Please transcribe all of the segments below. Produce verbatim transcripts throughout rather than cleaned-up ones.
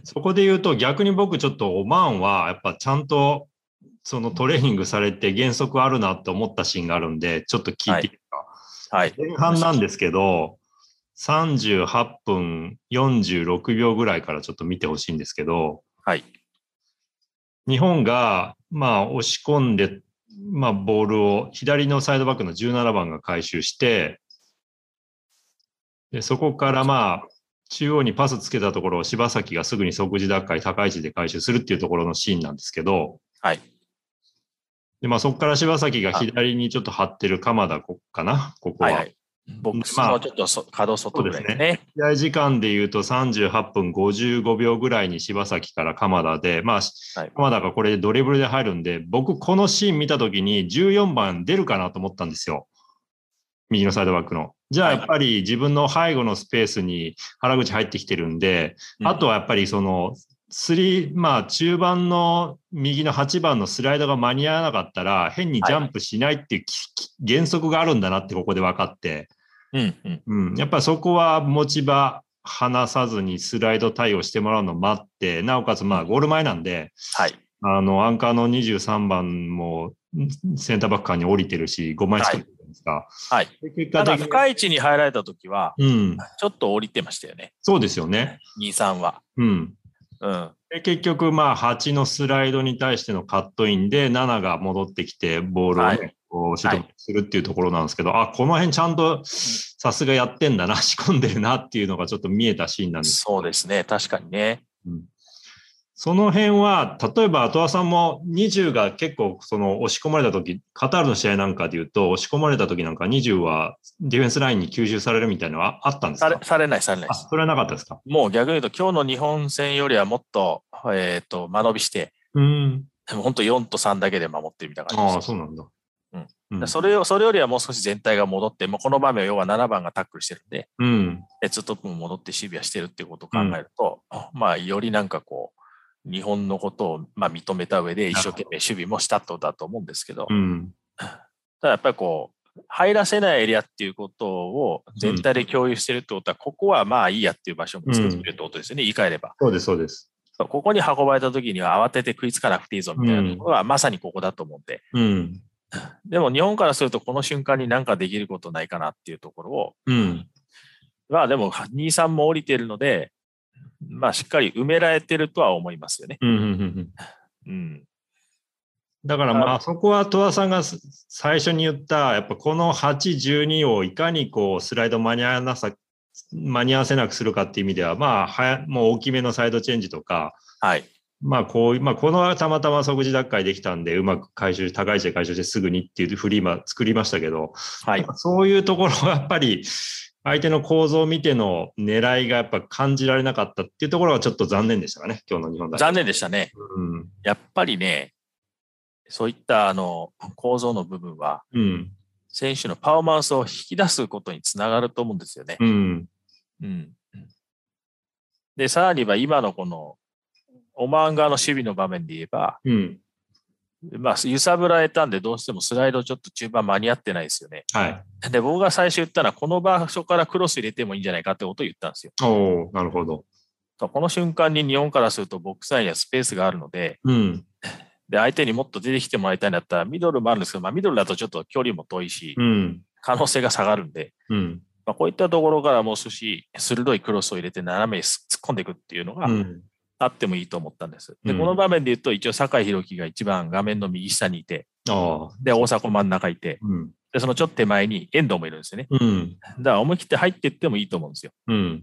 そこで言うと逆に僕ちょっとオマーンはやっぱちゃんとそのトレーニングされて原則あるなと思ったシーンがあるんで、ちょっと聞いていいですか？ はい。 前半なんですけど、さんじゅうはっぷんよんじゅうろくびょうぐらいからちょっと見てほしいんですけど、 はい。 日本がまあ押し込んで、まあボールを左のサイドバックのじゅうななばんが回収して、でそこからまあ中央にパスつけたところを柴崎がすぐに即時奪回高い位置で回収するっていうところのシーンなんですけど、 はい。 で、まあ、そこから柴崎が左にちょっと張ってる鎌田かな、ここは。 はいはい。ボックスのちょっとそ、まあ、角外ぐらいですね。 試合時間で言うとさんじゅうはっぷんごじゅうごびょうぐらいに柴崎から鎌田で、まあ、はい、鎌田がこれでドリブルで入るんで、僕このシーン見たときにじゅうよんばん出るかなと思ったんですよ。右のサイドバックの。じゃあやっぱり自分の背後のスペースに原口入ってきてるんで、うん、あとはやっぱりその、スリー、まあ中盤の右のはちばんのスライドが間に合わなかったら変にジャンプしないっていう原則があるんだなってここで分かって、 うんうんうん、やっぱりそこは持ち場離さずにスライド対応してもらうのを待って、なおかつまあゴール前なんで、 はい、 あのアンカーのにじゅうさんばんもセンターバック間に降りてるし、ごまい作ってるんですか。 はい。結果的に深い位置に入られたときは、うん、ちょっと降りてましたよね。 そうですよね。 に、さんは。 うんうん、で結局、まあ、はちのスライドに対してのカットインで、ななが戻ってきて、ボールをね、はい、こう、シュートするっていうところなんですけど、はい、あ、この辺ちゃんとさすがやってんだな、仕込んでるなっていうのがちょっと見えたシーンなんです。 そうですね、確かにね。 うんその辺は、例えば、後藤さんもにじゅうが結構、その、押し込まれた時、カタールの試合なんかで言うと、押し込まれた時なんかにじゅうはディフェンスラインに吸収されるみたいなのはあったんですか？ され、されない、されないです。 あ、それはなかったですか？ もう逆に言うと、今日の日本戦よりはもっと、えっと、間延びして、 うん。 でも本当よんとさんだけで守ってるみたいな感じです。 ああ、そうなんだ。 うん。それを、それよりはもう少し全体が戻って、もうこの場面は要はななばんがタックルしてるんで、 うん。 ツートップも戻って守備はしてるっていうことを考えると、うん、まあ、よりなんかこう、日本のことをまあ認めた上で一生懸命守備もしたとだと思うんですけど、うん、ただやっぱりこう入らせないエリアっていうことを全体で共有してるってことは、ここはまあいいやっていう場所も作ってるってことですよね、うん、言い換えれば。 そうです、そうです。 ここに運ばれた時には慌てて食いつかなくていいぞみたいなところはまさにここだと思うんで。うん、でも日本からするとこの瞬間に何かできることないかなっていうところを、うん、まあでもに、さんも降りてるので、まあ、しっかり埋められてるとは思いますよね。うんうんうんうん、 だからまあそこは戸田さんが最初に言ったやっぱこのはち、じゅうにをいかにこうスライド間に合わなさ間に合わせなくするかっていう意味ではまあはもう大きめのサイドチェンジとか、はい、まあこうまあこのたまたま即時奪回できたんでうまく回収高い位置で回収してすぐにっていうフリーマ作りましたけど、はい、そういうところはやっぱり相手の構造を見ての狙いがやっぱ感じられなかったっていうところがちょっと残念でしたかね、今日の日本代表。 残念でしたね。うん、やっぱりね、そういったあの構造の部分は、うん、選手のパフォーマンスを引き出すことにつながると思うんですよね。うんうん、で、さらには今のこのオマーン側の守備の場面で言えば、うんまあ、揺さぶられたんで、どうしてもスライドちょっと中盤間に合ってないですよね。はい。で、僕が最初言ったのは、この場所からクロス入れてもいいんじゃないかってことを言ったんですよ。 おー、なるほど。 この瞬間に日本からすると、ボックス内にはスペースがあるので、うん、で、相手にもっと出てきてもらいたいんだったら、ミドルもあるんですけど、まあ、ミドルだとちょっと距離も遠いし、うん、可能性が下がるんで、うんまあ、こういったところからもう少し鋭いクロスを入れて斜めに突っ込んでいくっていうのが、うんあってもいいと思ったんです。で、うん、この場面で言うと、一応、酒井宏樹が一番画面の右下にいて、で、大迫真ん中いて、うん、で、そのちょっと手前に遠藤もいるんですよね。うん、だから思い切って入っていってもいいと思うんですよ。うん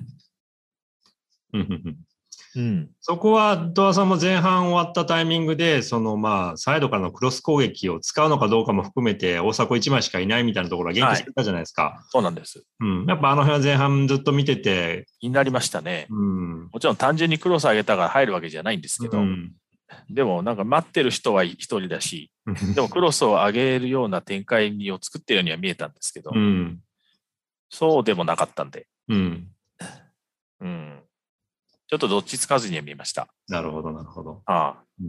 うん、そこは戸田さんも前半終わったタイミングでそのまあサイドからのクロス攻撃を使うのかどうかも含めて大迫いちまいしかいないみたいなところは言及してたじゃないですか、はい、 そうなんです、 うん、やっぱあの辺は前半ずっと見てて気になりましたね、うん、もちろん単純にクロス上げたから入るわけじゃないんですけど、うん、でもなんか待ってる人は一人だしでもクロスを上げるような展開を作ってるようには見えたんですけど、うん、そうでもなかったんで、うんうんちょっとどっちつかずには見えました。 なるほど、なるほど。ああうん、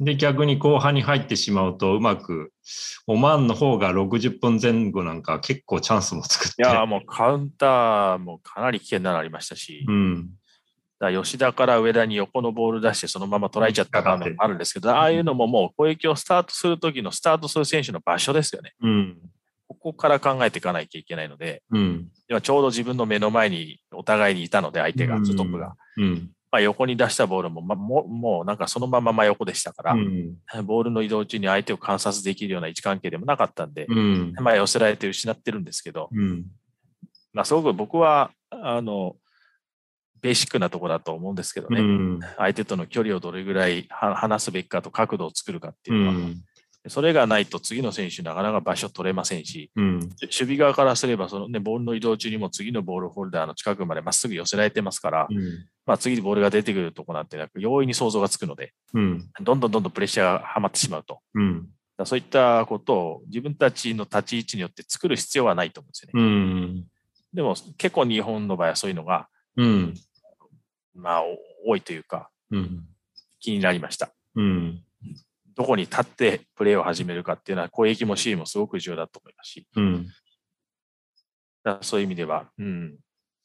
で、逆に後半に入ってしまうと、うまく、オマーンの方がろくじゅっぷんぜん後なんか結構チャンスも作って。 いや、もうカウンターもかなり危険なのありましたし、うん、 だ吉田から上田に横のボール出してそのまま捉えちゃった場面もあるんですけど、ああいうのももう攻撃をスタートするときのスタートする選手の場所ですよね。うん、ここから考えていかないといけないので、うん、今ちょうど自分の目の前にお互いにいたので、相手が、ツートップが。うん、まあ、横に出したボールも、ま、も, もうなんかそのまま真横でしたから、うん、ボールの移動中に相手を観察できるような位置関係でもなかったんで、うん、まあ、寄せられて失ってるんですけど、うん、まあ、すごく僕は、あの、ベーシックなところだと思うんですけどね、うん、相手との距離をどれぐらい離すべきかと角度を作るかっていうのは、うん、それがないと次の選手なかなか場所取れませんし、うん、守備側からすればその、ね、ボールの移動中にも次のボールホルダーの近くまでまっすぐ寄せられてますから、うん、まあ、次にボールが出てくるところなんて容易に想像がつくので、うん、どんどんどんどんプレッシャーがはまってしまうと、うん、だそういったことを自分たちの立ち位置によって作る必要はないと思うんですよね。うん、でも結構日本の場合はそういうのが、うん、まあ多いというか、うん、気になりました。うん、どこに立ってプレーを始めるかっていうのは攻撃も守備もすごく重要だと思いますし、うん、だそういう意味では、うん、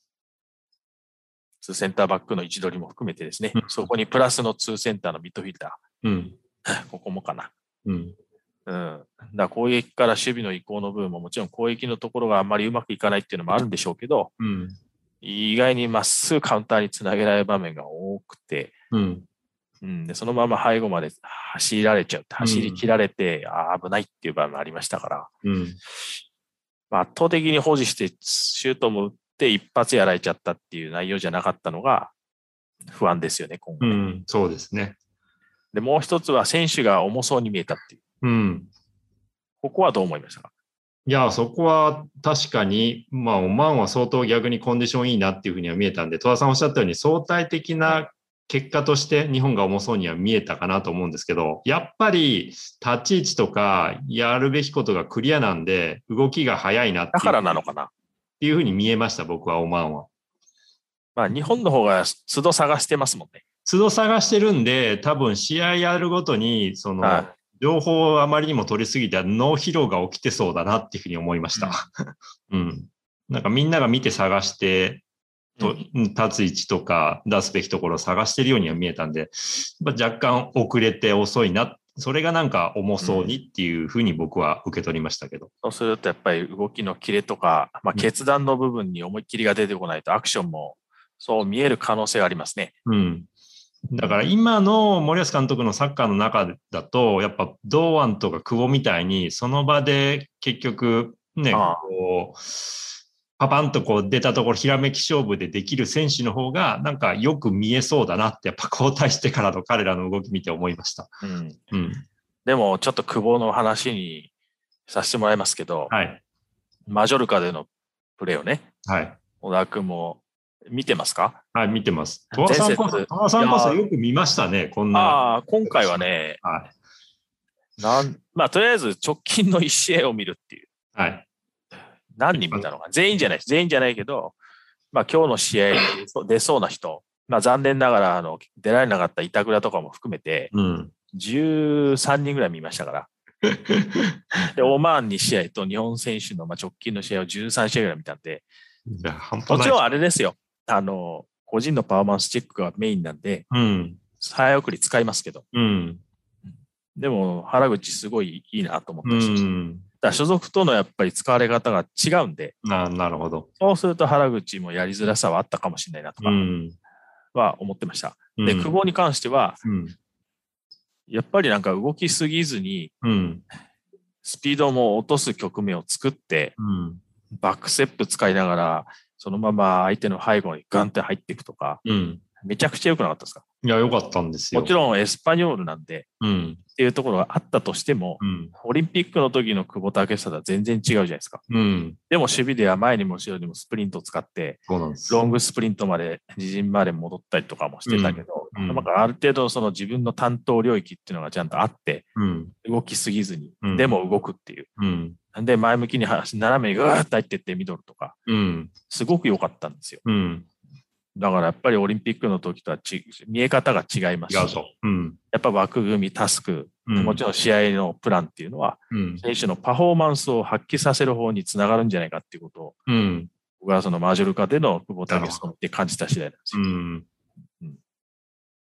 ツーセンターバックの位置取りも含めてですね、うん、そこにプラスのツーセンターのミッドフィルダー、うん、ここもかな。うんうん、だ攻撃から守備の移行の部分ももちろん攻撃のところがあんまりうまくいかないっていうのもあるんでしょうけど、うん、意外にまっすぐカウンターにつなげられる場面が多くて、うんうん、でそのまま背後まで走られちゃう、走り切られて、うん、あ危ないっていう場面もありましたから、うんまあ、圧倒的に保持してシュートも打って一発やられちゃったっていう内容じゃなかったのが不安ですよね、今後ね、 うん。そうですね。 でもう一つは選手が重そうに見えたっていう。うん、ここはどう思いましたか？ いや、そこは確かに、まあ、オマーンは相当逆にコンディションいいなっていうふうには見えたんで、戸田さんおっしゃったように相対的な結果として日本が重そうには見えたかなと思うんですけど、やっぱり立ち位置とかやるべきことがクリアなんで、動きが早いなっていう。 だからなのかなっていうふうに見えました、僕はオマーンは。 まあ、日本の方が都度探してますもんね。 都度探してるんで、多分試合やるごとに、その、はい情報をあまりにも取りすぎて脳疲労が起きてそうだなっていうふうに思いました。うん。うん、なんかみんなが見て探して、と立つ位置とか出すべきところを探してるようには見えたんで、若干遅れて遅いな。それがなんか重そうにっていうふうに僕は受け取りましたけど。うん、 そうするとやっぱり動きのキレとか、まあ、決断の部分に思いっきりが出てこないとアクションもそう見える可能性がありますね。 うん。だから今の森保監督のサッカーの中だと、やっぱ堂安とか久保みたいに、その場で結局ね、こう、パパンとこう出たところ、ひらめき勝負でできる選手の方が、なんかよく見えそうだなって、やっぱ交代してからの彼らの動き見て思いました。うんうん、でも、ちょっと久保の話にさせてもらいますけど、はい、マジョルカでのプレーをね、はい、小田君も見てますか？ はい、見てます。戸田さんこそ、戸田さんこそよく見ましたね、こんな。 ああ、今回はね、はい、なんまあ、とりあえず直近のいち試合を見るっていう。はい。何人見たのか全員じゃないです。全員じゃないけど、まあ今日の試合に出そうな人、まあ残念ながらあの出られなかった板倉とかも含めて、じゅうさんにんぐらい見ましたから。で、オマーンに試合と日本選手のまあ直近の試合をじゅうさん試合ぐらい見たんで、もちろんあれですよ。あの、個人のパフォーマンスチェックがメインなんで、うん、早送り使いますけど、うん、でも原口すごいいいなと思ったし、うん、だ所属とのやっぱり使われ方が違うんで、 な, なるほど。 そうすると原口もやりづらさはあったかもしれないなとかは思ってました。うん、で、久保に関しては、うん、やっぱりなんか動きすぎずに、うん、スピードも落とす局面を作って、うん、バックステップ使いながら、そのまま相手の背後にガンって入っていくとか、うん、めちゃくちゃ良くなかったですか？ いや、良かったんですよ。 もちろんエスパニョールなんで、うん、っていうところがあったとしても、うん、オリンピックの時の久保建英とは全然違うじゃないですか。うん、でも守備では前にも後ろにもスプリントを使って、ロングスプリントまで、自陣まで戻ったりとかもしてたけど、うんうん、ある程度その自分の担当領域っていうのがちゃんとあって、うん、動きすぎずに、うん、でも動くっていう。うんで、前向きに斜めにぐーっと入ってってミドルとか、うん、すごく良かったんですよ。うん、だからやっぱりオリンピックの時とはち見え方が違いますし、うん、やっぱ枠組み、タスク、うん、もちろん試合のプランっていうのは、うん、選手のパフォーマンスを発揮させる方につながるんじゃないかっていうことを、うん、僕はそのマジョルカでの久保建英を見て感じた次第なんですよ。うん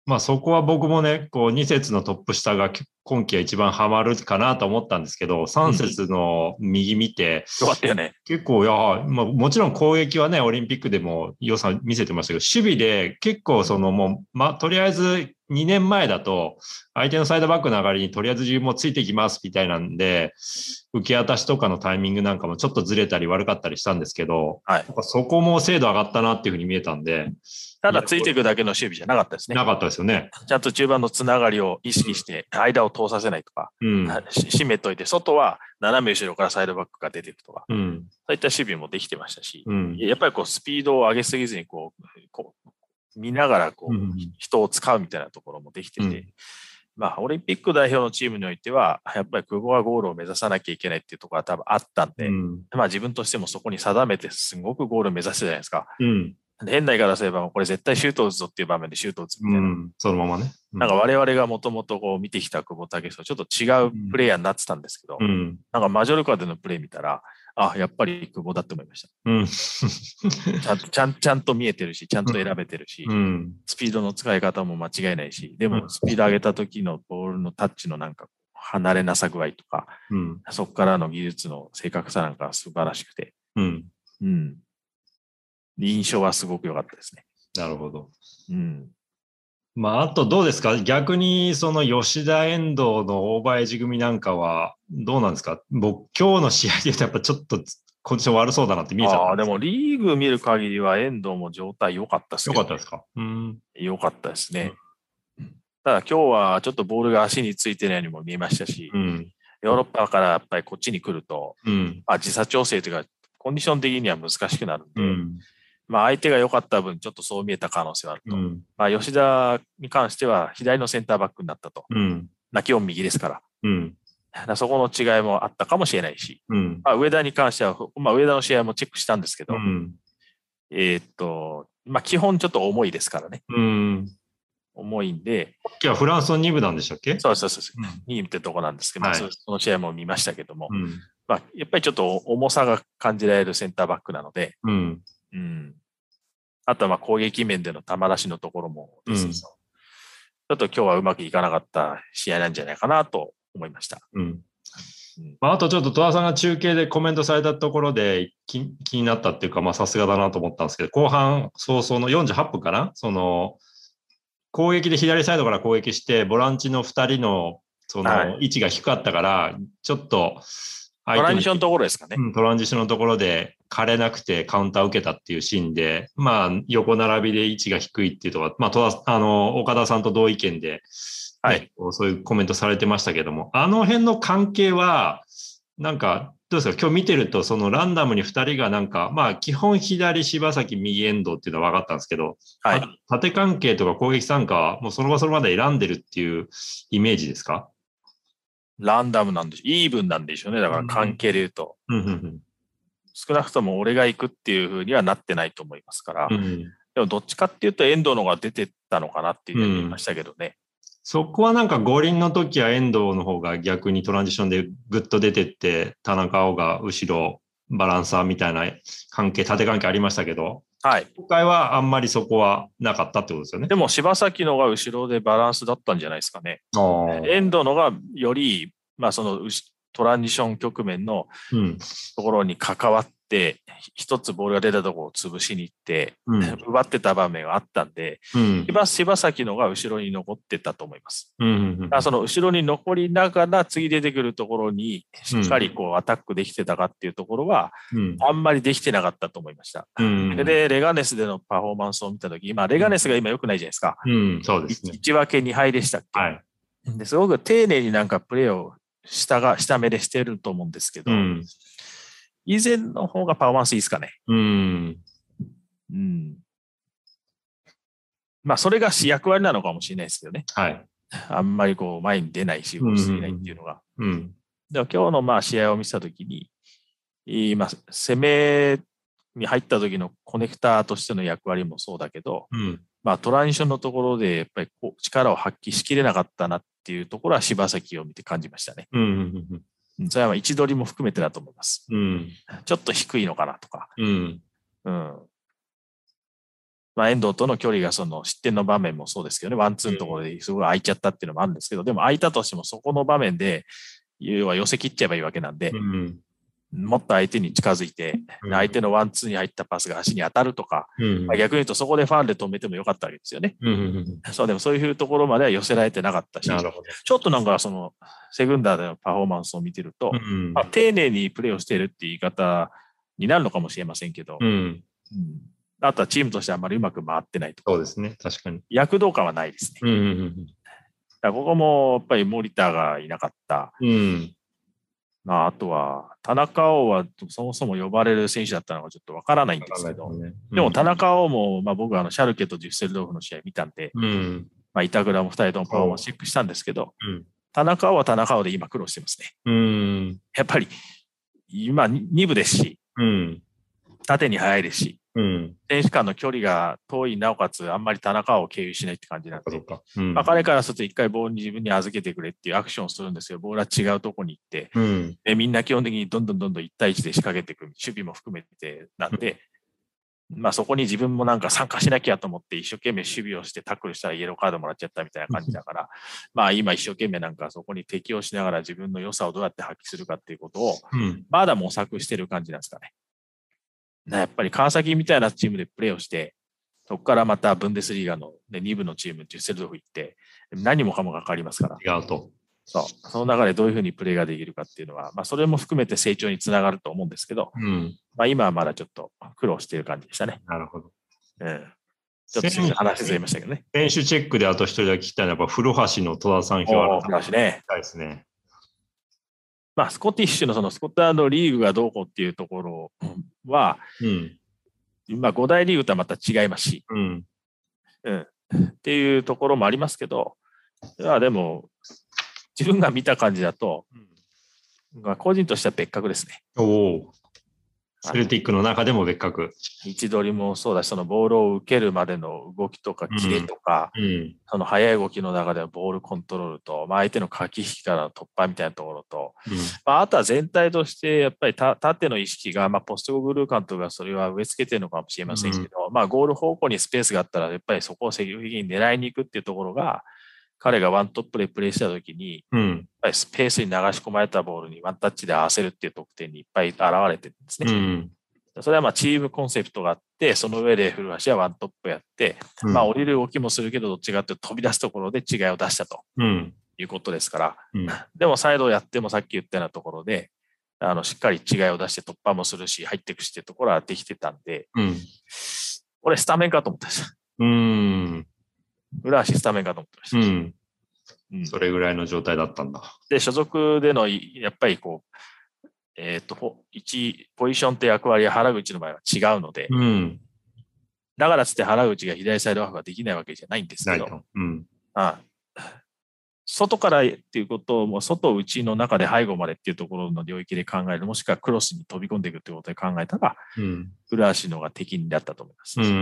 まあそこは僕もね、こうに節のトップ下が今季は一番ハマるかなと思ったんですけど、さん節の右見て、 よかったよね。 結構、いや、まあ、もちろん攻撃はね、オリンピックでも良さ見せてましたけど、守備で結構そのもう、まあ、とりあえずにねんまえだと、相手のサイドバックの上がりにとりあえず自分もついてきますみたいなんで、受け渡しとかのタイミングなんかもちょっとずれたり悪かったりしたんですけど、はい、そこも精度上がったなっていうふうに見えたんで、 ただついていくだけの守備じゃなかったですね。 なかったですよね。 ちゃんと中盤のつながりを意識して間を通させないとか、うん、締めといて、外は斜め後ろからサイドバックが出ていくとか、うん、そういった守備もできてましたし、うん、やっぱりこうスピードを上げすぎずにこう、こう見ながらこう、うん、人を使うみたいなところもできてて、うん、まあ、オリンピック代表のチームにおいては、やっぱり久保はゴールを目指さなきゃいけないっていうところは多分あったんで、うん、まあ自分としてもそこに定めてすごくゴールを目指してたじゃないですか。うん変なからすれば、これ絶対シュート打つぞっていう場面でシュート打つみたいな。うん、 そのままね。 うん、なんか我々がもともとこう見てきた久保建英とちょっと違うプレイヤーになってたんですけど、うん、なんかマジョルカでのプレイ見たら、あ、やっぱり久保だって思いました。うん、ちゃんとちゃんちゃんと見えてるし、ちゃんと選べてるし、うん、スピードの使い方も間違いないし、でもスピード上げた時のボールのタッチのなんか離れなさ具合とか、うん、そこからの技術の正確さなんか素晴らしくて、うんうん印象はすごく良かったですね。 なるほど。うん。まあ、あとどうですか逆にその吉田遠藤のオーバーエイジ組なんかはどうなんですか僕、今日の試合で言うとやっぱちょっとコンディション悪そうだなって見えちゃったんです。 ああ、でもリーグ見る限りは遠藤も状態良かったですね。良かったですかうん。 良かったですね。うん、ただ今日はちょっとボールが足についてないようにも見えましたし、うん、ヨーロッパからやっぱりこっちに来ると、うんまあ、時差調整というかコンディション的には難しくなるんで、うんまあ相手が良かった分、ちょっとそう見えた可能性はあると。うん、まあ吉田に関しては左のセンターバックになったと。うん、泣き音右ですから。うん、からそこの違いもあったかもしれないし、うんまあ、上田に関しては、まあ、上田の試合もチェックしたんですけど、うん、えー、っと、まあ基本ちょっと重いですからね。うん、重いんで。 今日はフランスのに部なんでしたっけそうそうそう。うん、に部ってとこなんですけど、はい、その試合も見ましたけども、うんまあ、やっぱりちょっと重さが感じられるセンターバックなので、うんうん、あとはまあ攻撃面での球出しのところもですけど、うん、ちょっと今日はうまくいかなかった試合なんじゃないかなと思いました。うんうんまあ、あとちょっと戸田さんが中継でコメントされたところで気になったっていうか、まあさすがだなと思ったんですけど、後半早々のよんじゅうはっぷんかなその攻撃で左サイドから攻撃して、ボランチのふたりのその位置が低かったから、ちょっとトランジションのところですかね。 うん、トランジションのところで枯れなくてカウンターを受けたっていうシーンで、まあ横並びで位置が低いっていうとか、まあ戸田あの岡田さんと同意見で、ね、はい、そういうコメントされてましたけども、あの辺の関係は、なんか、どうですか今日見てると、そのランダムにふたりがなんか、まあ基本左柴崎右遠藤っていうのは分かったんですけど、はい、縦関係とか攻撃参加はもうその場その場で選んでるっていうイメージですかランダムなんでしょう。イーブンなんでしょうね。だから関係で言うと。うんうんうん、少なくとも俺が行くっていうふうにはなってないと思いますから。うん、でもどっちかっていうと遠藤の方が出てたのかなっていうふうに言いましたけどね。うん、 そこはなんか五輪の時は遠藤の方が逆にトランジションでグッと出てって、田中碧が後ろバランサーみたいな関係、縦関係ありましたけど、はい。今回はあんまりそこはなかったってことですよね。 でも柴崎のが後ろでバランスだったんじゃないですかね。遠藤のがより、まあそのトランジション局面のところに関わって、一つボールが出たところを潰しに行って、うん、奪ってた場面があったんで、うん、柴崎のが後ろに残ってたと思います。うんうんうん、その後ろに残りながら次出てくるところにしっかりこうアタックできてたかっていうところは、あんまりできてなかったと思いました。うん、で、レガネスでのパフォーマンスを見たとき、まあレガネスが今良くないじゃないですか。 うん、そうですね。 いち分けに敗でしたっけ、はい、ですごく丁寧になんかプレーを下が、下目でしてると思うんですけど、うん、以前の方がパフォーマンスいいですかね。うん。うん。まあ、それが役割なのかもしれないですけどね。はい。あんまりこう、前に出ないし、動きすぎないっていうのが。うん。うん、でも今日のまあ試合を見せたときに、今、攻めに入った時のコネクターとしての役割もそうだけど、うん、まあ、トランジションのところで、やっぱりこう力を発揮しきれなかったなっていうところは柴崎を見て感じましたね。うんうんうん、それは位置取りも含めてだと思います。うん、ちょっと低いのかなとか。うんうん、 まあ、遠藤との距離がその失点の場面もそうですけどね、ワンツーのところですごい空いちゃったっていうのもあるんですけど、でも空いたとしてもそこの場面で、要は寄せ切っちゃえばいいわけなんで、うん、もっと相手に近づいて、相手のワンツーに入ったパスが足に当たるとか、うんまあ、逆に言うとそこでファウルで止めてもよかったわけですよね。うん、そうでもそういうところまでは寄せられてなかったし、ちょっとなんかそのセグンダーでのパフォーマンスを見てると、うんまあ、丁寧にプレーをしているっていう言い方になるのかもしれませんけど、うんうんあとはチームとしてあんまりうまく回ってないとか。 そうですね、確かに。 躍動感はないですね。うんうんうん、だからここもやっぱり森田がいなかった。うんまあ、あとは、田中碧はそもそも呼ばれる選手だったのかちょっとわからないんですけど、でねうん、でも田中碧も、まあ、僕はあのシャルケとデュッセルドルフの試合見たんで、うんまあ、板倉もふたりともパフォーマンスチェックしたんですけど、うん、田中碧は田中碧で今苦労してますね。うん、やっぱり、今に部ですし、うん、縦に速いですし、うん、選手間の距離が遠いなおかつあんまり田中を経由しないって感じなんで、うんまあ、彼からすると一回ボールに自分に預けてくれっていうアクションをするんですよ。ボールは違うとこに行って、うん、でみんな基本的にどんどんどんどんいち対いちで仕掛けていく守備も含めてなんで、うん、まあそこに自分もなんか参加しなきゃと思って一生懸命守備をしてタックルしたらイエローカードもらっちゃったみたいな感じだからまあ今一生懸命なんかそこに適応しながら自分の良さをどうやって発揮するかっていうことをまだ模索してる感じなんですかね。やっぱり川崎みたいなチームでプレーをして、そこからまたブンデスリーガのに部のチーム、デュッセルドルフ行って、何もかもが変わりますから。 違うと。 そう。その中でどういうふうにプレーができるかっていうのは、まあ、それも含めて成長につながると思うんですけど、うん、まあ、今はまだちょっと苦労している感じでしたね。 なるほど。 うん。ちょっと話ずれましたけどね。 選手チェックであと一人だけ聞きたいのは、やっぱ古橋の戸田さん票古橋ね。 ですね。 まあ、スコティッシュのそのスコットランドリーグがどうこうっていうところは、うん、まあ、ご大リーグとはまた違いますし、うんうん、っていうところもありますけど、いやでも、自分が見た感じだと、うんまあ、個人としては別格ですね。 おお。セルティックの中でも別格。 位置取りもそうだし、そのボールを受けるまでの動きとか、キレとか、うんうん、その速い動きの中でのボールコントロールと、まあ、相手の駆け引きからの突破みたいなところと、うんまあ、あとは全体として、やっぱり縦の意識が、まあ、ポストゴグルー監督がそれは植え付けてるのかもしれませんけど、うんまあ、ゴール方向にスペースがあったら、やっぱりそこを積極的に狙いに行くっていうところが、彼がワントップでプレーしたときに、うん、やっぱりスペースに流し込まれたボールにワンタッチで合わせるっていう得点にいっぱい現れてるんですね。うんそれはまあチームコンセプトがあって、その上で古橋はワントップやって、うん、まあ降りる動きもするけど、どっちかというと飛び出すところで違いを出したということですから、うん、でもサイドをやってもさっき言ったようなところで、あのしっかり違いを出して突破もするし、入っていくしっていうところはできてたんで、うん、俺スタメンかと思ってました。うん。古橋スタメンかと思ってました。うんうん、それぐらいの状態だったんだ。 で、所属でのやっぱりこう、えっと、いちポジションと役割は原口の場合は違うので、うん、だからつって原口が左サイドハーフができないわけじゃないんですけど、うん、ああ外からっていうことも、外内の中で背後までっていうところの領域で考える、もしくはクロスに飛び込んでいくっていうことで考えたら、うん、古橋の方が適任だったと思います。うん、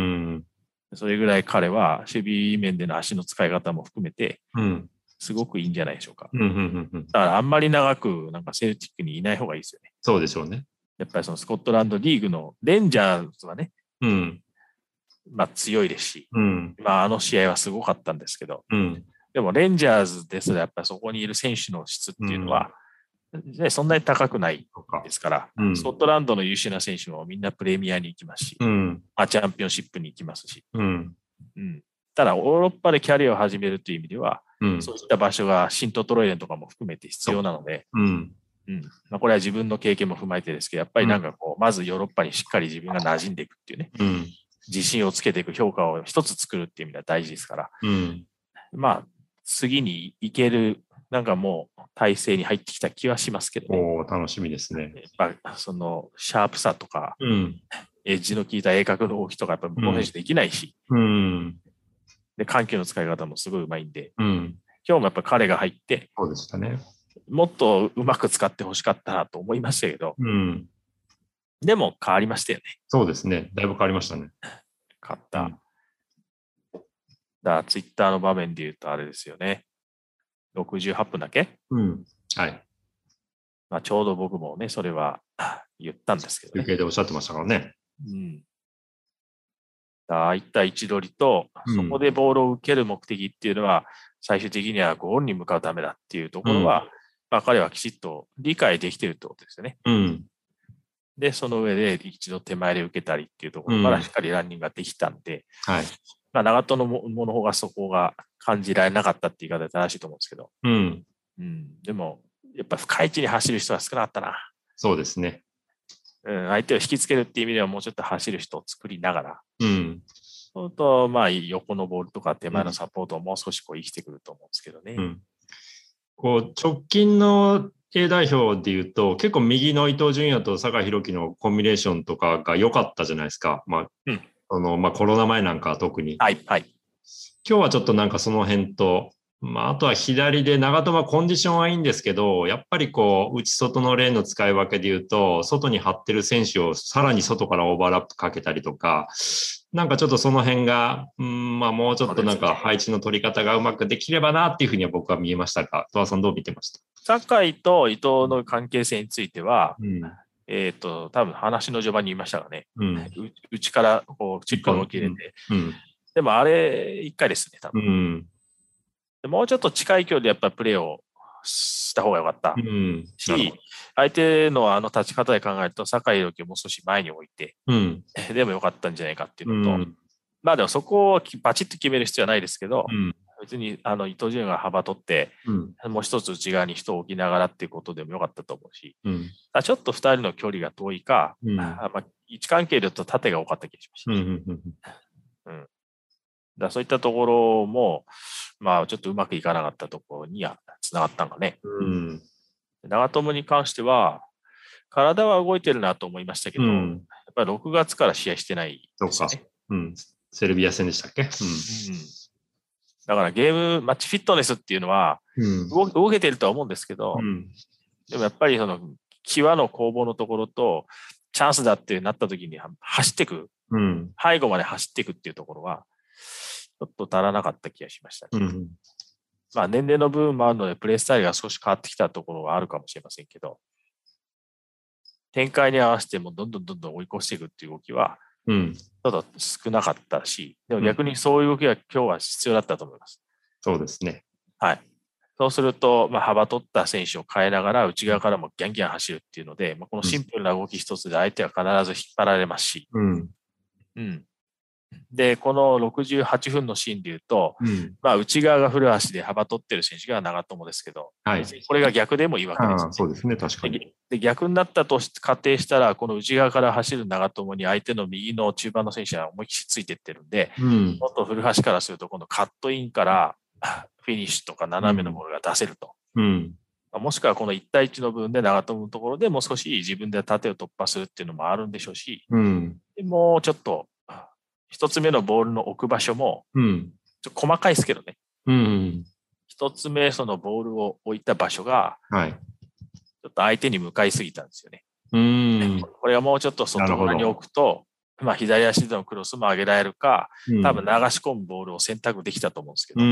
それぐらい彼は守備面での足の使い方も含めて、うんすごくいいんじゃないでしょうか。うんうんうんうん、だからあんまり長くなんかセルティックにいない方がいいですよね。 そうでしょうね。 やっぱりそのスコットランドリーグのレンジャーズはね、うん、まあ強いですし、うん、まああの試合はすごかったんですけど、うん、でもレンジャーズですらやっぱりそこにいる選手の質っていうのは、うん、そんなに高くないですから、うん、スコットランドの優秀な選手もみんなプレミアに行きますし、うん、まあ、チャンピオンシップに行きますし、うんうん、ただオーロッパでキャリアを始めるという意味では、うん、そういった場所がシントトロイデンとかも含めて必要なので、うんうんまあ、これは自分の経験も踏まえてですけど、やっぱりなんかこう、うん、まずヨーロッパにしっかり自分が馴染んでいくっていうね、うん、自信をつけていく評価を一つ作るっていう意味では大事ですから、うん、まあ、次に行ける、なんかもう体制に入ってきた気はしますけどね。 お楽しみですね。 やっぱそのシャープさとか、うん、エッジの効いた鋭角の動きとか、やっぱ向こう選手できないし、うんうんで緩急の使い方もすごいうまいんで、うん、今日もやっぱ彼が入って、 そうでしたね。 もっとうまく使ってほしかったなと思いましたけど、うん、でも変わりましたよね。 そうですね。だいぶ変わりましたね。 変わった。うん、だからツイッターの場面で言うとあれですよね。ろくじゅうはっぷんだけ、うん、はい。まあ、ちょうど僕もね、それは言ったんですけどね。 休憩でおっしゃってましたからね。 うん。 ああいった位置取りと、そこでボールを受ける目的っていうのは、最終的にはゴールに向かうためだっていうところは、うん、まあ、彼はきちっと理解できているってことですよね。 うん、 で、その上で一度手前で受けたりっていうところからしっかりランニングができたんで、 うん、はい。 まあ、長友の方がそこが感じられなかったって言い方で正しいと思うんですけど、 うん。 うん、でも、やっぱ深い位置に走る人は少なかったな。 そうですね。 うん、相手を引きつけるっていう意味ではもうちょっと走る人を作りながら、 うん。 そうと、まあ、横のボールとか手前のサポートをもう少しこう生きてくると思うんですけどね。 うん、こう直近の A 代表でいうと、結構右の伊東純也と酒井宏樹のコンビネーションとかが良かったじゃないですか。まあ、うん、そのまあ、コロナ前なんかは特に。 はい、はい。 今日はちょっとなんかその辺と、まあ、あとは左で長友はコンディションはいいんですけど、やっぱりこう、内外のレーンの使い分けで言うと、外に張ってる選手をさらに外からオーバーラップかけたりとか、なんかちょっとその辺が、うん、まあもうちょっとなんか配置の取り方がうまくできればなっていうふうには僕は見えましたが、戸田さんどう見てました？ 酒井と伊藤の関係性については、 うん、 えっ、ー、と、多分話の序盤に言いましたがね、 うん、 内からこうチックを受け入れて、 うんうん、 でもあれいっかいですね、多分。 うんもうちょっと近い距離でやっぱりプレーをした方が良かったし、 うん、 相手のあの立ち方で考えると、酒井宏樹をもう少し前に置いて、 うん、 でも良かったんじゃないかっていうのと、 うん、 まあでもそこをバチッと決める必要はないですけど、 うん、 別にあの伊東純也が幅取って、うん、もう一つ内側に人を置きながらっていうことでも良かったと思うし、うん、ちょっとふたりの距離が遠いか、うん、まあ、位置関係で言うと縦が多かった気がしました。うんうんだそういったところも、まあ、ちょっとうまくいかなかったところにはつながったんかね。うん、長友に関しては、体は動いてるなと思いましたけど、うん、やっぱりろくがつから試合してないですよね。 そうか。うん、セルビア戦でしたっけ、うんうん、 だからゲーム、マッチフィットネスっていうのは動、うん、動けてるとは思うんですけど、うん、でもやっぱりその、際の攻防のところと、チャンスだってなった時に走っていく、うん、背後まで走っていくっていうところは、ちょっと足らなかった気がしましたね。うん、まあ年齢の部分もあるので、プレースタイルが少し変わってきたところはあるかもしれませんけど、展開に合わせてもどんどんどんどん追い越していくっていう動きは、ちょっと少なかったし、でも逆にそういう動きが今日は必要だったと思います。 うん、そうですね。 はい。そうすると、まあ、幅取った選手を変えながら、内側からもギャンギャン走るっていうので、まあ、このシンプルな動き一つで相手は必ず引っ張られますし、うん。うんで、このろくじゅうはちふんのシーンでいうと、うん、まあ内側が古橋で幅取ってる選手が長友ですけど、はい、これが逆でもいいわけです、ね。 そうですね、確かに。 で逆になったと仮定したら、この内側から走る長友に相手の右の中盤の選手は思いっきりついていってるんで、うん、もっと古橋からすると、今度カットインからフィニッシュとか斜めのボールが出せると。うんうん、もしくはこのいち対いちの部分で長友のところでもう少し自分で縦を突破するっていうのもあるんでしょうし、うん、でもうちょっと、一つ目のボールの置く場所も、うん、ちょっと細かいですけどね。うん、一つ目、そのボールを置いた場所が、はい、ちょっと相手に向かいすぎたんですよね。うん、これはもうちょっと外側に置くと、まあ、左足でのクロスも上げられるか、うん、多分流し込むボールを選択できたと思うんですけど、うん、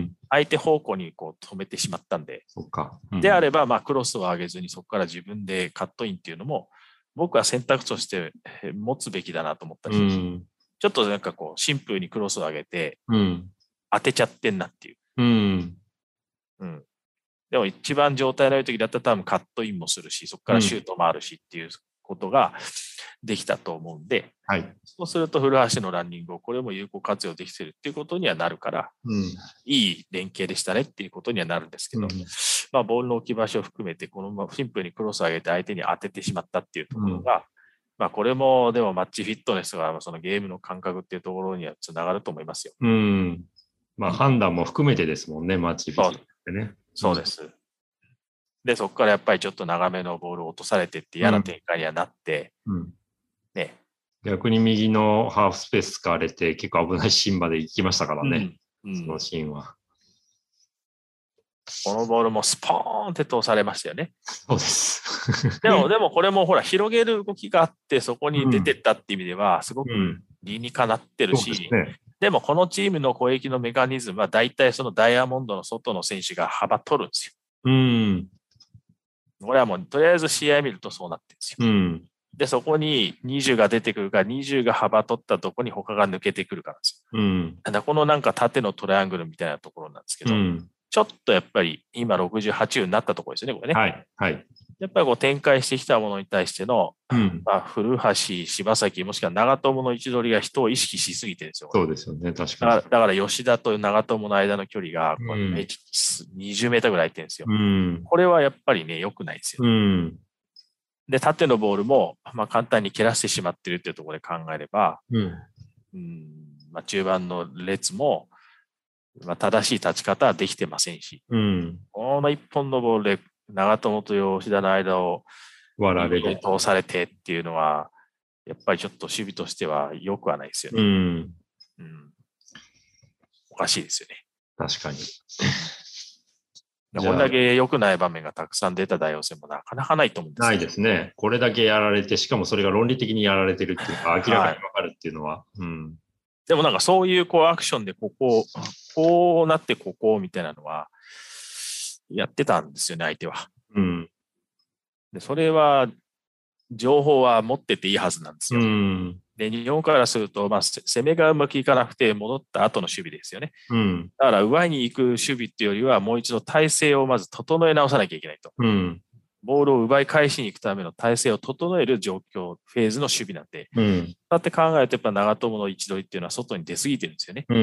相手方向にこう止めてしまったんで、 そうかうん、であれば、まあ、クロスを上げずにそこから自分でカットインっていうのも、僕は選択として持つべきだなと思ったし、うんちょっとなんかこう、シンプルにクロスを上げて、当てちゃってんなっていう。うんうん、でも一番状態の良い時だったら多分カットインもするし、そこからシュートもあるしっていうことができたと思うんで、はい、そうすると古橋のランニングをこれも有効活用できてるっていうことにはなるから、うん、いい連携でしたねっていうことにはなるんですけど、うん、まあボールの置き場所を含めて、このシンプルにクロスを上げて相手に当ててしまったっていうところが、うんまあこれもでもマッチフィットネスがそのゲームの感覚っていうところにはつながると思いますよ。 うん。まあ判断も含めてですもんね、マッチフィットネスってね。 そうです。で、そこからやっぱりちょっと長めのボールを落とされてって嫌な展開にはなって、うん、ね。 逆に右のハーフスペース使われて結構危ないシーンまで行きましたからね、うんうん、そのシーンは。 このボールもスポーンって通されましたよね。 そうです。 でも、でもこれもほら、広げる動きがあって、そこに出てったっていう意味では、すごく理にかなってるし、うんね、でもこのチームの攻撃のメカニズムは、大体そのダイヤモンドの外の選手が幅取るんですよ。うん。これはもう、とりあえず試合見るとそうなってるんですよ。うん。 で、そこににじゅうが出てくるから、にじゅうが幅取ったところに他が抜けてくるからですよ。うん、だからこのなんか縦のトライアングルみたいなところなんですけど、うん、ちょっとやっぱり今ろくじゅうはちになったところですよね、これね。はい。はい。やっぱりこう展開してきたものに対しての、うんまあ、古橋、柴崎、もしくは長友の位置取りが人を意識しすぎてですよ。 そうですよね、確かに。だから、だから吉田と長友の間の距離がこれめ、うん、にじゅうメーターぐらい空いてるんですよ。うん、これはやっぱりね、良くないですよ、ね。うんで、縦のボールも、まあ、簡単に蹴らしてしまっているというところで考えれば、うんうんまあ、中盤の列も、まあ、正しい立ち方はできてませんし、うん、この一本のボールで長友と吉田の間を割られる通されてっていうのは、やっぱりちょっと守備としては良くはないですよね。うんうん、おかしいですよね。 確かに。 これだけ良くない場面がたくさん出た大王戦もなかなかないと思うんですよ。ないですね。これだけやられて、しかもそれが論理的にやられてるっていうのが明らかにわかるっていうのは。はいうん、 でもなんかそういうこうアクションでここ、こうなってここみたいなのはやってたんですよね、相手は。うん、でそれは情報は持ってていいはずなんですよ。うんで日本からすると、まあ、攻めがうまくいかなくて戻った後の守備ですよね。うん、だから奪いに行く守備っていうよりはもう一度体勢をまず整え直さなきゃいけないと。うん、ボールを奪い返しに行くための体勢を整える状況、フェーズの守備なんで、うん、だって考えるとやっぱ長友の位置取りっていうのは外に出過ぎてるんですよね。うん、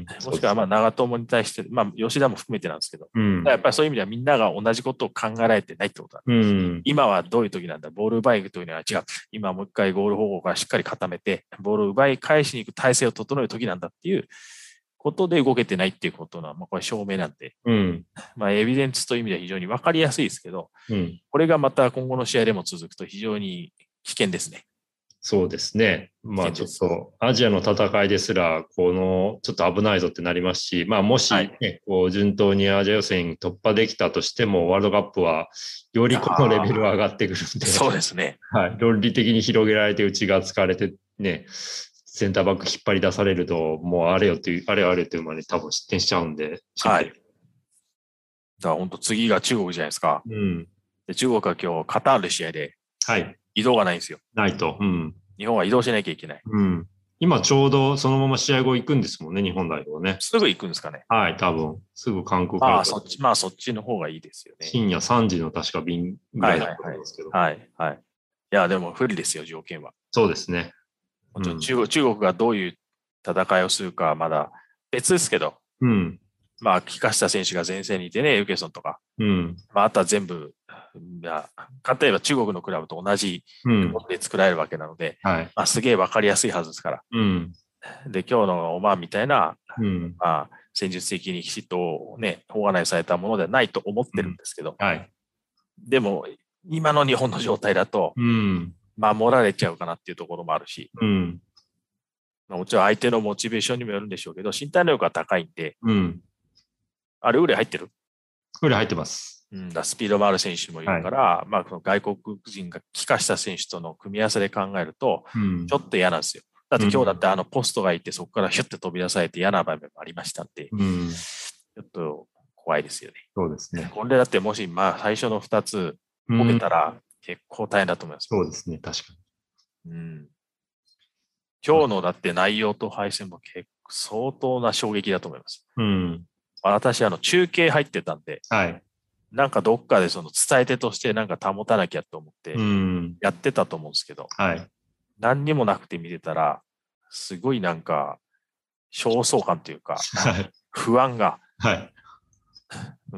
もしくはまあ長友に対して、まあ吉田も含めてなんですけど、うん、やっぱりそういう意味ではみんなが同じことを考えられてないってことだ、うん。今はどういう時なんだ、ボール奪いに行くというのは違う。今もう一回ゴール方向からしっかり固めて、ボールを奪い返しに行く体勢を整える時なんだっていうことで動けてないっていうことは、まあ、これ証明なんで、うん、まあエビデンスという意味では非常に分かりやすいですけど、うん、これがまた今後の試合でも続くと非常に危険ですね。 そうですね。まあちょっとアジアの戦いですら、このちょっと危ないぞってなりますし、まあもし、ねはい、こう順当にアジア予選突破できたとしても、ワールドカップはよりこのレベルは上がってくるんで、 そうですね。 はい。論理的に広げられて内が疲れてね、センターバック引っ張り出されると、もうあれよっていう、あれあれっていう間に多分失点しちゃうんで。 はい。だから本当次が中国じゃないですか。うん。で中国は今日カタール試合で、はい。移動がないんですよ。 ないと。うん。 日本は移動しなきゃいけない。 うん。今ちょうどそのまま試合後行くんですもんね、日本代表ね。 すぐ行くんですかね。 はい、多分。すぐ韓国から。 まあそっち、まあそっちの方がいいですよね。 深夜さんじの確か便ぐらいだと思うんですけど。 はい、はい、はい。いや、でも不利ですよ、条件は。 そうですね。 うん、中国、中国がどういう戦いをするかはまだ別ですけど、うん、まあ、帰化した選手が前線にいてね、ユケソンとか、うん、まあ、あとは全部、簡単に言えば中国のクラブと同じもので作られるわけなので、うんはいまあ、すげえ分かりやすいはずですから。うん、で、今日のオマーンみたいな、うんまあ、戦術的にきちっとね、オーガナイズされたものではないと思ってるんですけど、うんはい、でも、今の日本の状態だと、うん守られちゃうかなっていうところもあるし、うん、もちろん相手のモチベーションにもよるんでしょうけど、身体能力が高いんで、うん、あれ、ウレ入ってるウレ入ってます。 うん、だスピードもある選手もいるから、はい、まあ、この外国人が帰化した選手との組み合わせで考えると、うん、ちょっと嫌なんですよ。だって今日だってあのポストがいて、そこからヒュッて飛び出されて嫌な場面もありましたんで、うん、ちょっと怖いですよね。 そうですね。 これだってもし、まあ、最初のふたつこけたら、結構大変だと思います。 そうですね、確かに。 うん、今日のだって内容と敗戦も結構相当な衝撃だと思います。うん、私、あの中継入ってたんで、はい、なんかどっかでその伝え手としてなんか保たなきゃと思ってやってたと思うんですけど、うんはい、何にもなくて見てたら、すごいなんか焦燥感というか、はい、不安が、はいうん、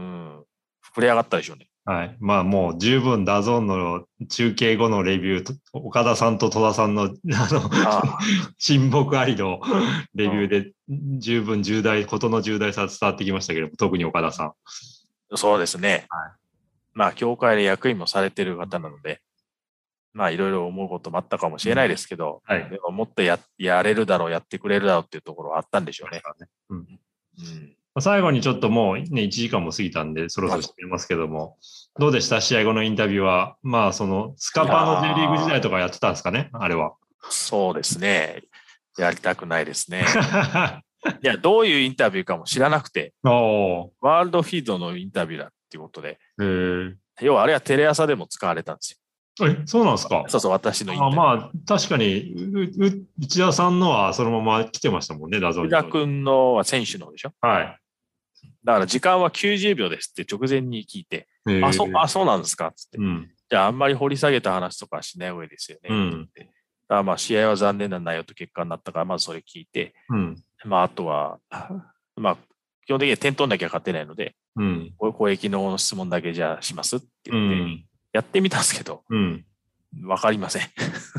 膨れ上がったでしょうね。 はい。まあもう十分ダゾーンの中継後のレビュー、岡田さんと戸田さんの、あの、親睦ありのレビューで十分重大、ことの重大さ伝わってきましたけど、特に岡田さん。 そうですね。はい、まあ、協会で役員もされてる方なので、まあ、いろいろ思うこともあったかもしれないですけど、うんはい、でももっと や, やれるだろう、やってくれるだろうっていうところはあったんでしょうね。うんうん最後にちょっともうね、いちじかんも過ぎたんで、そろそろ締めますけども、どうでした試合後のインタビューは。まあ、その、スカパーの J リーグ時代とかやってたんですかねあれは。 そうですね。やりたくないですね。いや、どういうインタビューかも知らなくて、ワールドフィードのインタビューだっていうことで、要はあれはテレ朝でも使われたんですよ。 え、そうなんですか？ そうそう、私のインタビュー。 あまあ、確かにう、う内田さんのはそのまま来てましたもんね、ダゾーンに。 内田君のは選手のでしょ？ はい。 だから時間はきゅうじゅうびょうですって直前に聞いて、あ、そう、あ、そうなんですかつって。うん、じゃああんまり掘り下げた話とかはしない上ですよね。うん、だからまあ試合は残念な内容と結果になったから、まずそれ聞いて、うん、まああとは、まあ基本的には点取んなきゃ勝てないので、うん、攻撃の質問だけじゃあしますって言って、うん、やってみたんですけど、うん、わかりません。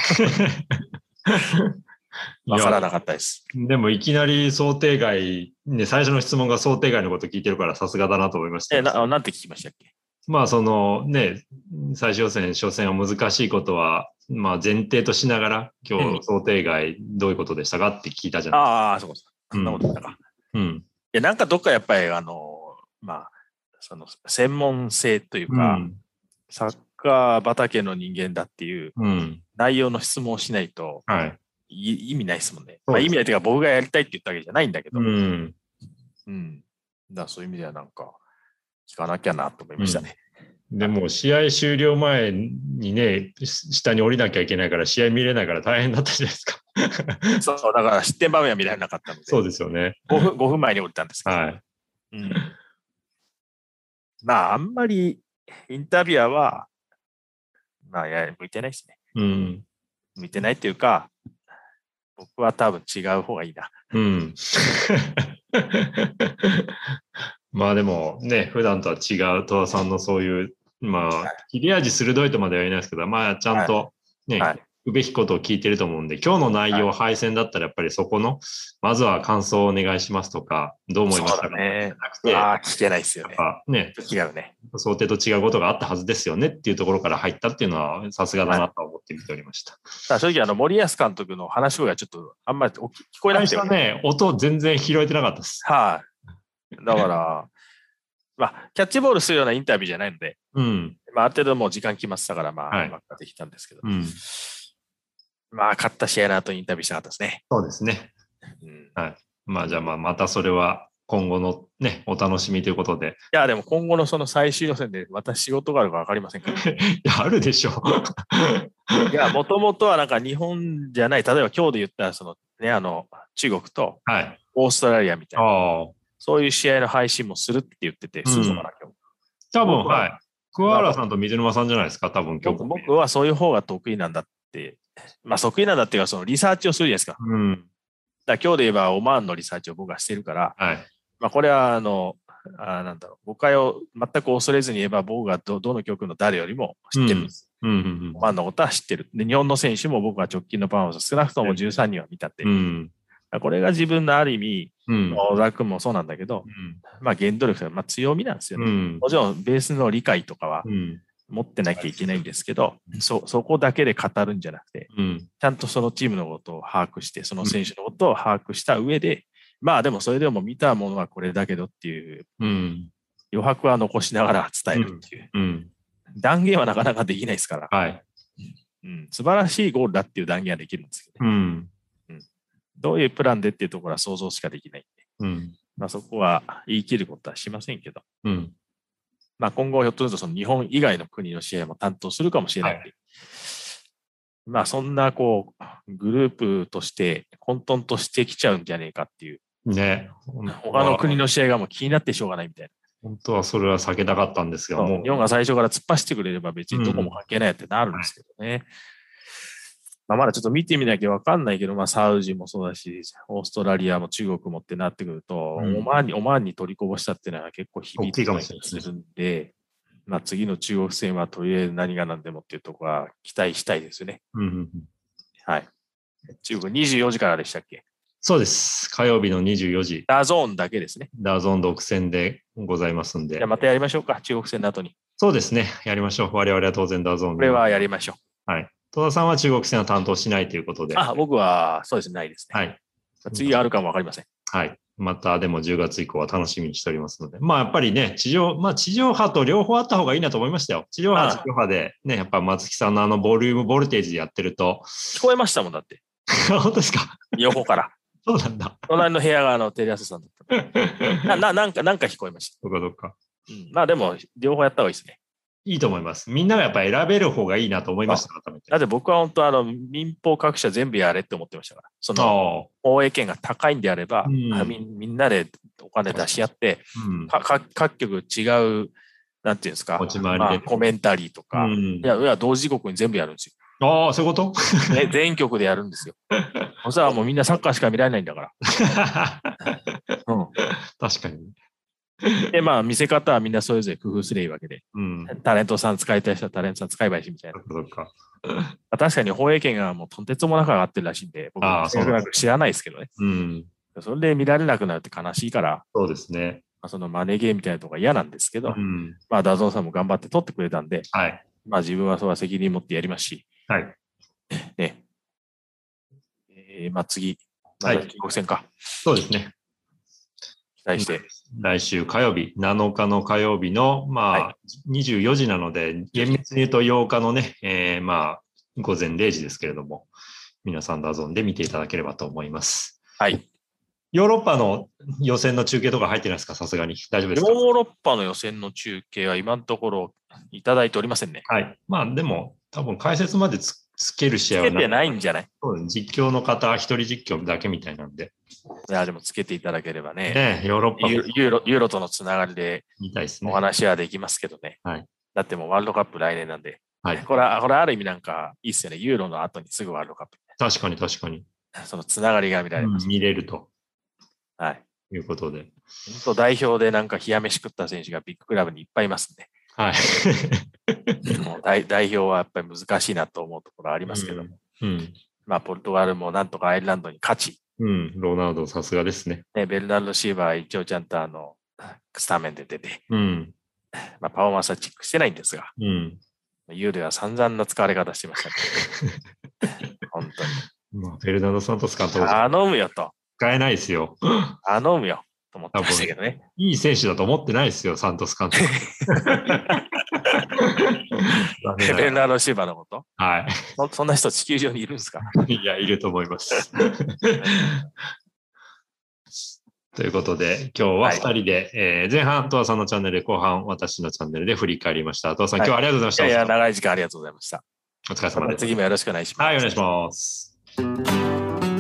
わからなかったです。 でもいきなり想定外、ね、最初の質問が想定外のこと聞いてるからさすがだなと思いました。 え、な、なんて聞きましたっけ？ まあそのね、最終予選、初戦は難しいことは、まあ前提としながら、今日想定外どういうことでしたかって聞いたじゃないですか。 ああ、そうか。そんなことだったか。うん。うん、いや、なんかどっかやっぱりあの、まあ、その専門性というか、うん、サッカー畑の人間だっていう内容の質問をしないと、はい、意味ないですもんね。まあ、意味ないというか僕がやりたいって言ったわけじゃないんだけど、うん。うん。だそういう意味ではなんか聞かなきゃなと思いましたね。 うん、でも試合終了前にね、下に降りなきゃいけないから試合見れないから大変だったじゃないですか。 そうそう、だから失点場面は見られなかったので。 そうですよね。 ごふん、ごふんまえに降りたんですけど。はい。うん、まあ、あんまりインタビュアーは、まあ、や向いてないですね。うん。向いてないっていうか、僕は多分違う方がいいな。うん。 まあでもね、普段とは違う戸田さんのそういう、まあ、切れ味鋭いとまでは言えないですけど、まあちゃんとね、はいはい、うべきことを聞いてると思うんで、今日の内容、はい、敗戦だったらやっぱりそこの、まずは感想をお願いしますとか、どう思いましたかじゃなくて、 ああ、聞けないですよね。 ね、 違うね。 想定と違うことがあったはずですよねっていうところから入ったっていうのは、さすがだなと思って見ておりました。 はい、正直、あの、森保監督の話し声がちょっとあんまり聞こえなくて。 最初はね、音全然拾えてなかったです。 はい、あ。だから、まあ、キャッチボールするようなインタビューじゃないので、うん、まあ、ある程度もう時間決まってたから、まあ、はい、うまくできたんですけど、うん、まあ、勝った試合の後にインタビューしたかったですね。 そうですね。うん、はい。まあ、じゃあ、まあ、またそれは今後のね、お楽しみということで。 いや、でも今後のその最終予選で、私仕事があるか分かりませんから。いや、あるでしょう。いや、もともとはなんか日本じゃない、例えば今日で言ったら、そのね、あの、中国とオーストラリアみたいな。はい、そういう試合の配信もするって言ってて、するのかな、今日。 多分、はい。桑原さんと水沼さんじゃないですか、多分今日。 僕はそういう方が得意なんだって、まあ得意なんだっていうか、そのリサーチをするじゃないですか。うん。だ今日で言えばオマーンのリサーチを僕はしてるから、はい。まあこれは、あの、あなんだろう、誤解を全く恐れずに言えば、僕が ど, どの局の誰よりも知ってるんです。うんうんうんうん、オマーンのことは知ってる。で、日本の選手も僕は直近のパフォーマンス少なくともじゅうさんにんは見たって。うんこれが自分のある意味、うん、小田君もそうなんだけど、うん、まあ原動力、まあ、強みなんですよね、うん。もちろんベースの理解とかは持ってなきゃいけないんですけど、うん、そ, そこだけで語るんじゃなくて、うん、ちゃんとそのチームのことを把握して、その選手のことを把握した上で、まあでもそれでも見たものはこれだけどっていう、うん、余白は残しながら伝えるっていう、うんうん、断言はなかなかできないですから、はいうん、素晴らしいゴールだっていう断言はできるんですけどね。うんどういうプランでっていうところは想像しかできないんで、うんまあ、そこは言い切ることはしませんけど、うんまあ、今後ひょっとするとその日本以外の国の試合も担当するかもしれない、はい、まあそんなこうグループとして混沌としてきちゃうんじゃねえかっていう、ね、他の国の試合がもう気になってしょうがないみたいな。 本当はそれは避けたかったんですが、もう日本が最初から突っ走ってくれれば別にどこも関係ないってなるんですけどね。うんはいまあ、まだちょっと見てみなきゃ分かんないけど、まあ、サウジもそうだし、オーストラリアも中国もってなってくると、うん、オマーンに、オマーンに取りこぼしたっていうのは結構響いてたりするんで、まあ、次の中国戦はとりあえず何が何でもっていうところは期待したいですね。うんうんうん、はい。中国にじゅうよじからでしたっけ？ そうです。火曜日のにじゅうよじ。 ダゾーンだけですね。 ダゾーン独占でございますんで。 じゃあまたやりましょうか、中国戦の後に。 そうですね。やりましょう。我々は当然ダゾーンで。 これはやりましょう。はい。戸田さんは中国戦は担当しないということで。 あ、僕はそうですね、ないですね。はい。次あるかもわかりません。 はい。またでもじゅうがつ以降は楽しみにしておりますので。まあやっぱりね、地上、まあ地上波と両方あった方がいいなと思いましたよ。地上波、地上波でね、やっぱ松木さんのあのボリューム、ボルテージでやってると。 聞こえましたもんだって。 本当ですか？ 横から。 そうなんだ。 隣の部屋があのテレ朝さんだったな。な、なんか、なんか聞こえました。 どっかどっか。 うん。まあでも、両方やった方がいいですね。 いいと思います。みんながやっぱり選べる方がいいなと思いました、改めて。 だって僕は本当あの、民放各社全部やれって思ってましたから。その、放映権が高いんであれば、うん、み, みんなでお金出し合って、うん、か各局違う、なんていうんですか、 持ち回りで、 まあ、コメンタリーとか、うん、いや、いや同時刻に全部やるんですよ。 ああ、そういうことね、全局でやるんですよ。そしたらもうみんなサッカーしか見られないんだから。 うん、確かに。 で、まあ、見せ方はみんなそれぞれ工夫すればいいわけで、うん、タレントさん使いたい人はタレントさん使えばいいしみたいな。そうか確かに放映権がもうとんてつもなく上がってるらしいんで、僕は知らないですけどね。うん、それで見られなくなるって悲しいから、 そうですね。 まあ、そのマネーゲーみたいなところが嫌なんですけど、うん、まあ、ダゾーンさんも頑張って取ってくれたんで、はい、まあ、自分はそれは責任持ってやりますし、はい。ね。えー、まあ、次、まだ中国戦か、はい。 そうですね。 期待して。 来週火曜日、なのかの火曜日の、まあ、はい、にじゅうよじなので、厳密に言うとようかのね、えー、まあ、午前れいじですけれども、皆さんダゾーンで見ていただければと思います。 はい。 ヨーロッパの予選の中継とか入ってないですか？さすがに。大丈夫ですか？ ヨーロッパの予選の中継は今のところいただいておりませんね。 はい。まあ、でも、多分解説まで つ, つける試合はつけてないんじゃない？ そう実況の方、一人実況だけみたいなんで。 いや、でもつけていただければね。 ね、ヨーロッパユーロ。ユーロとのつながりでお話はできますけどね。はい。だってもうワールドカップ来年なんで。はい。これは、これある意味なんかいいっすよね。ユーロの後にすぐワールドカップ。 確かに確かに。 そのつながりが見られます、 うん。見れると。 はい。 いうことで。 本当代表でなんか冷や飯食った選手がビッグクラブにいっぱいいますんで。 はい。 もう 代, 代表はやっぱり難しいなと思うところありますけども。うん。うん、まあ、ポルトガルもなんとかアイルランドに勝ち。 うん。ロナウドさすがですね。 ね、ベルナルド・シーバーは一応ちゃんとあの、スタメンで出て。うん。まあ、パフォーマンスはチェックしてないんですが。うん。ユーでは散々な使われ方してましたね。本当に。まあ、フェルナンド・サントス監督。 頼むよと。 使えないですよ。 頼むよと思ってましたけどね。 いい選手だと思ってないですよ、サントス監督。 ベルナルド・シーバーのこと？ はい。 そ, そんな人地球上にいるんですか？ いや、いると思います。ということで、今日はふたりで、はい、えー、前半、トワさんのチャンネル、後半、私のチャンネルで振り返りました。トワさん、はい、今日はありがとうございました。 いやいや、長い時間ありがとうございました。 お疲れ様です。 次もよろしくお願いします。 はい、お願いします。